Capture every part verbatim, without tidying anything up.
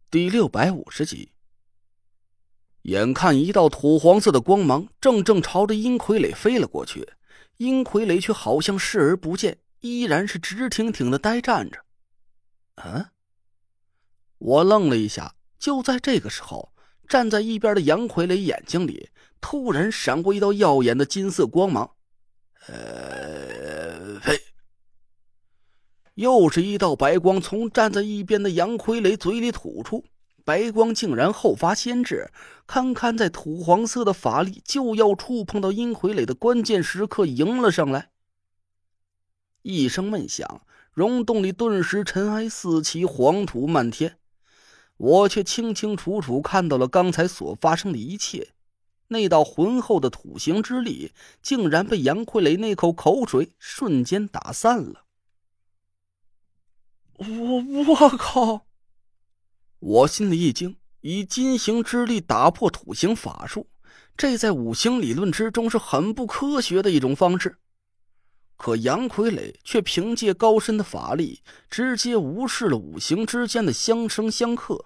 第六百五十集。眼看一道土黄色的光芒正正朝着殷傀儡飞了过去，殷傀儡却好像视而不见，依然是直挺挺的呆站着。嗯，我愣了一下，就在这个时候，站在一边的杨傀儡眼睛里突然闪过一道耀眼的金色光芒。呃，呸！又是一道白光从站在一边的杨傀儡嘴里吐出，白光竟然后发先至，堪堪在土黄色的法力就要触碰到殷傀儡的关键时刻迎了上来。一声闷响，溶洞里顿时尘埃四起，黄土漫天。我却清清楚楚看到了刚才所发生的一切，那道浑厚的土形之力竟然被杨傀儡那口口水瞬间打散了。我我靠！我心里一惊，以金形之力打破土形法术，这在五行理论之中是很不科学的一种方式。可杨傀儡却凭借高深的法力，直接无视了五行之间的相生相克。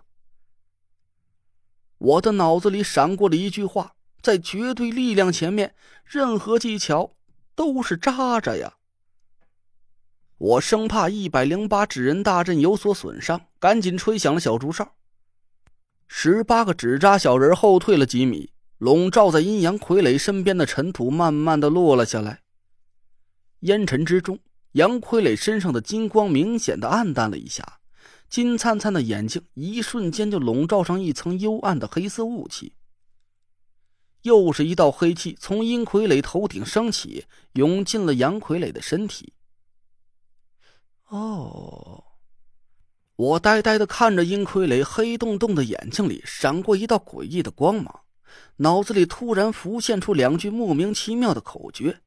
我的脑子里闪过了一句话，在绝对力量前面，任何技巧都是渣渣呀。我生怕一百零八纸人大阵有所损伤，赶紧吹响了小竹哨。十八个纸扎小人后退了几米，笼罩在阴阳傀儡身边的尘土慢慢的落了下来。烟尘之中，杨傀儡身上的金光明显的暗淡了一下，金灿灿的眼睛一瞬间就笼罩上一层幽暗的黑色雾气。又是一道黑气从阴傀儡头顶升起，涌进了杨傀儡的身体。哦，我呆呆地看着阴傀儡黑洞洞的眼睛里闪过一道诡异的光芒，脑子里突然浮现出两句莫名其妙的口诀：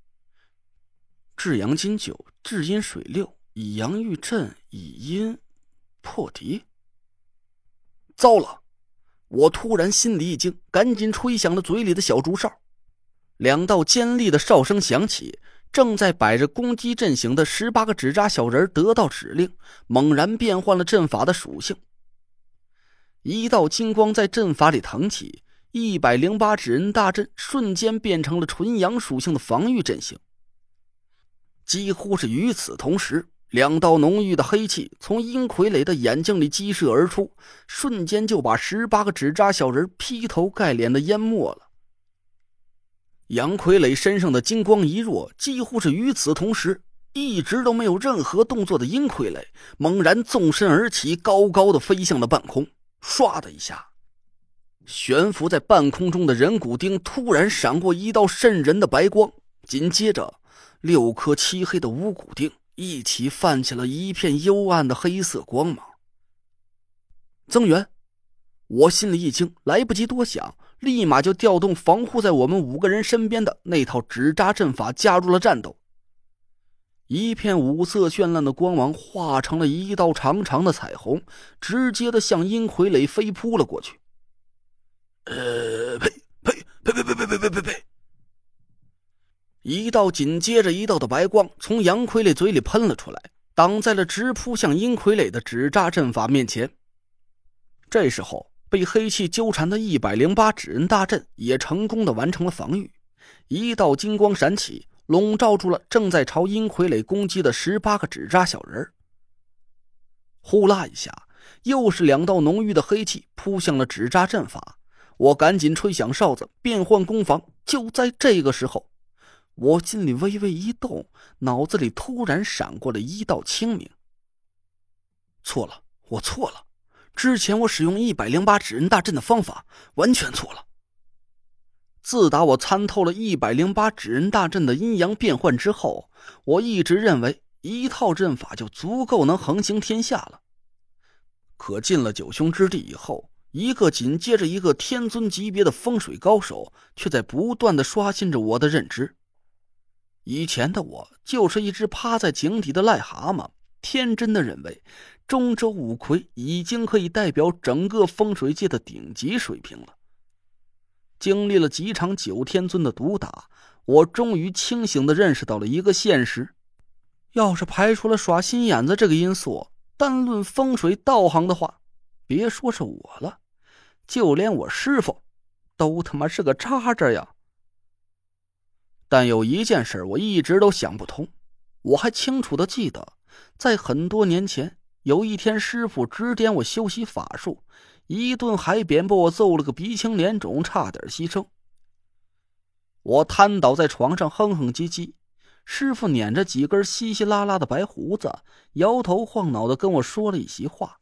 至阳金九，至阴水六，以阳御阵，以阴破敌。糟了！我突然心里一惊，赶紧吹响了嘴里的小竹哨。两道尖利的哨声响起，正在摆着攻击阵型的十八个纸扎小人得到指令，猛然变换了阵法的属性。一道金光在阵法里腾起，一百零八纸人大阵瞬间变成了纯阳属性的防御阵型。几乎是与此同时，两道浓郁的黑气从阴傀儡的眼睛里激射而出，瞬间就把十八个纸扎小人劈头盖脸的淹没了。杨傀儡身上的金光一弱，几乎是与此同时，一直都没有任何动作的阴傀儡猛然纵身而起，高高的飞向了半空。唰的一下，悬浮在半空中的人骨钉突然闪过一道渗人的白光，紧接着六颗漆黑的无骨钉一起泛起了一片幽暗的黑色光芒。增援！我心里一惊，来不及多想，立马就调动防护在我们五个人身边的那套纸扎阵法加入了战斗。一片五色绚烂的光芒化成了一道长长的彩虹，直接的向阴傀儡飞扑了过去。呃，呸呸呸呸呸呸呸呸呸呸！一道紧接着一道的白光从杨傀儡嘴里喷了出来，挡在了直扑向阴傀儡的纸扎阵法面前。这时候被黑气纠缠的一百零八纸人大阵也成功的完成了防御，一道金光闪起，笼罩住了正在朝阴傀儡攻击的十八个纸扎小人。呼啦一下，又是两道浓郁的黑气扑向了纸扎阵法，我赶紧吹响哨子变换攻防。就在这个时候，我心里微微一动，脑子里突然闪过了一道清明。错了，我错了，之前我使用一百零八纸人大阵的方法完全错了。自打我参透了一百零八纸人大阵的阴阳变换之后，我一直认为一套阵法就足够能横行天下了。可进了九凶之地以后，一个紧接着一个天尊级别的风水高手却在不断的刷新着我的认知。以前的我就是一只趴在井底的癞蛤蟆，天真的认为中州五魁已经可以代表整个风水界的顶级水平了。经历了几场九天尊的毒打，我终于清醒地认识到了一个现实：要是排除了耍心眼子这个因素，单论风水道行的话， 别说是我了，就连我师傅都他妈是个渣渣呀。但有一件事我一直都想不通，我还清楚的记得，在很多年前，有一天师傅指点我修习法术，一顿海扁把我揍了个鼻青脸肿，差点牺牲。我瘫倒在床上哼哼唧唧，师傅捻着几根稀稀拉拉的白胡子，摇头晃脑的跟我说了一席话。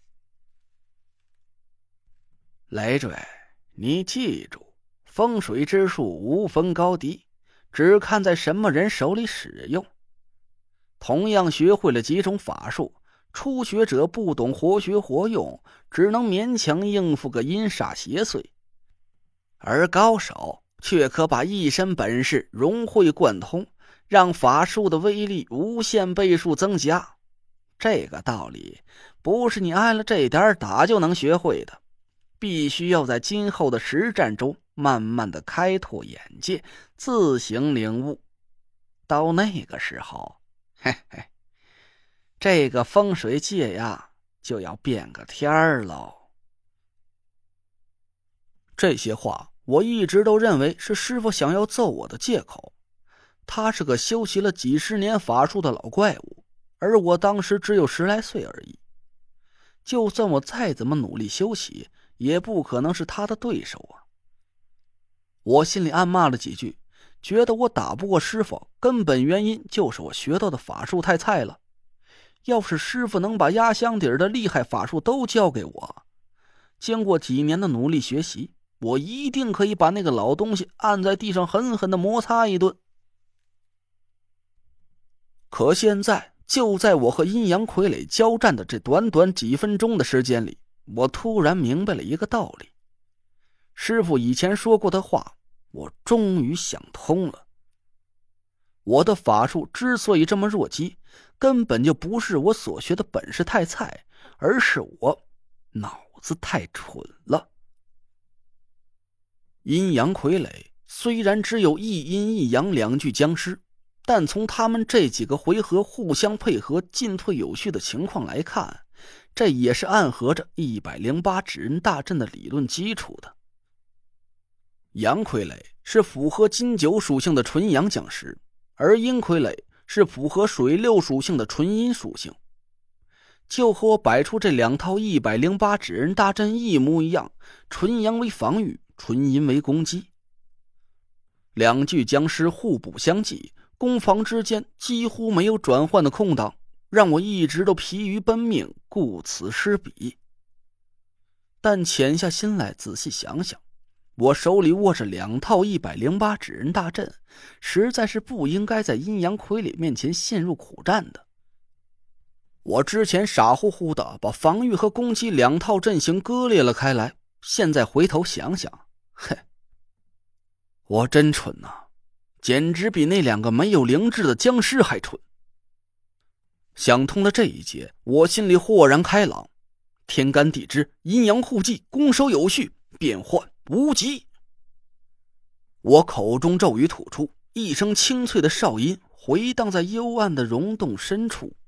累赘，你记住，风水之术无分高低，只看在什么人手里使用。同样学会了几种法术，初学者不懂活学活用，只能勉强应付个阴煞邪祟，而高手却可把一身本事融会贯通，让法术的威力无限倍数增加。这个道理不是你挨了这点打就能学会的，必须要在今后的实战中慢慢的开拓眼界，自行领悟。到那个时候，嘿嘿，这个风水界呀，就要变个天儿喽。这些话我一直都认为是师傅想要揍我的借口。他是个修习了几十年法术的老怪物，而我当时只有十来岁而已。就算我再怎么努力修习，也不可能是他的对手啊。我心里暗骂了几句，觉得我打不过师傅，根本原因就是我学到的法术太菜了。要是师傅能把压箱底的厉害法术都教给我，经过几年的努力学习，我一定可以把那个老东西按在地上狠狠的摩擦一顿。可现在，就在我和阴阳傀儡交战的这短短几分钟的时间里，我突然明白了一个道理。师傅以前说过的话，我终于想通了。我的法术之所以这么弱鸡，根本就不是我所学的本事太菜，而是我脑子太蠢了。阴阳傀儡虽然只有一阴一阳两具僵尸，但从他们这几个回合互相配合、进退有序的情况来看，这也是暗合着一百零八指人大阵的理论基础的。阳傀儡是符合金九属性的纯阳僵尸，而阴傀儡是符合水六属性的纯阴属性。就和我摆出这两套一百零八指人大阵一模一样，纯阳为防御，纯阴为攻击。两具僵尸互补相济，攻防之间几乎没有转换的空档，让我一直都疲于奔命，顾此失彼。但潜下心来仔细想想，我手里握着两套一百零八指人大阵，实在是不应该在阴阳傀儡面前陷入苦战的。我之前傻乎乎的把防御和攻击两套阵型割裂了开来，现在回头想想，嘿，我真蠢呐、啊，简直比那两个没有灵智的僵尸还蠢。想通了这一劫，我心里豁然开朗，天干地支，阴阳互济，攻守有序，变幻无极。我口中咒语吐出，一声清脆的哨音回荡在幽暗的溶洞深处。